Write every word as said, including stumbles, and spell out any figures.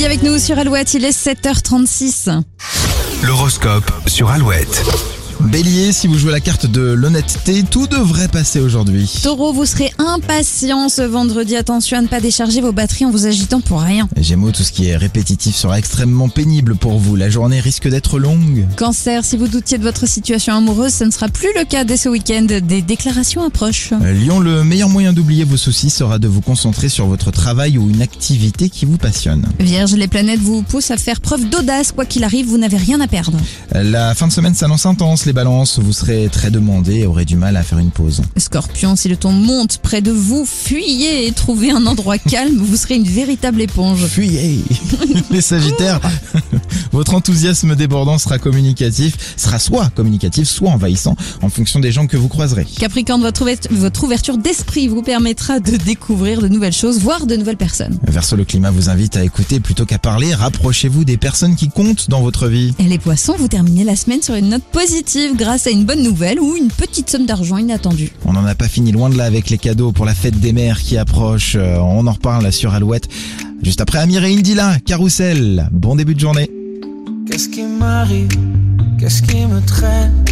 midi avec nous sur Alouette, il est sept heures trente-six. L'horoscope sur Alouette. Bélier, si vous jouez la carte de l'honnêteté, tout devrait passer aujourd'hui. Taureau, vous serez impatient ce vendredi. Attention à ne pas décharger vos batteries en vous agitant pour rien. Gémeaux, tout ce qui est répétitif sera extrêmement pénible pour vous. La journée risque d'être longue. Cancer, si vous doutiez de votre situation amoureuse, ce ne sera plus le cas dès ce week-end. Des déclarations approchent. Lion, le meilleur moyen d'oublier vos soucis sera de vous concentrer sur votre travail ou une activité qui vous passionne. Vierge, les planètes vous poussent à faire preuve d'audace. Quoi qu'il arrive, vous n'avez rien à perdre. La fin de semaine s'annonce intense. Les balances, vous serez très demandés et aurez du mal à faire une pause. Scorpion, si le ton monte près de vous, fuyez et trouvez un endroit calme. Vous serez une véritable éponge. Fuyez. Les Sagittaires, votre enthousiasme débordant sera communicatif, sera soit communicatif, soit envahissant en fonction des gens que vous croiserez. Capricorne, votre ouver- votre ouverture d'esprit vous permettra de découvrir de nouvelles choses, voire de nouvelles personnes. Verseau, le climat vous invite à écouter plutôt qu'à parler. Rapprochez-vous des personnes qui comptent dans votre vie. Et les poissons, vous terminez la semaine sur une note positive grâce à une bonne nouvelle ou une petite somme d'argent inattendue. On n'en a pas fini, loin de là, avec les cadeaux pour la fête des mères qui approche. Euh, on en reparle là sur Alouette. Juste après Amir et Indila, Carousel. Bon début de journée. Qu'est-ce qui m'arrive? Qu'est-ce qui me traîne?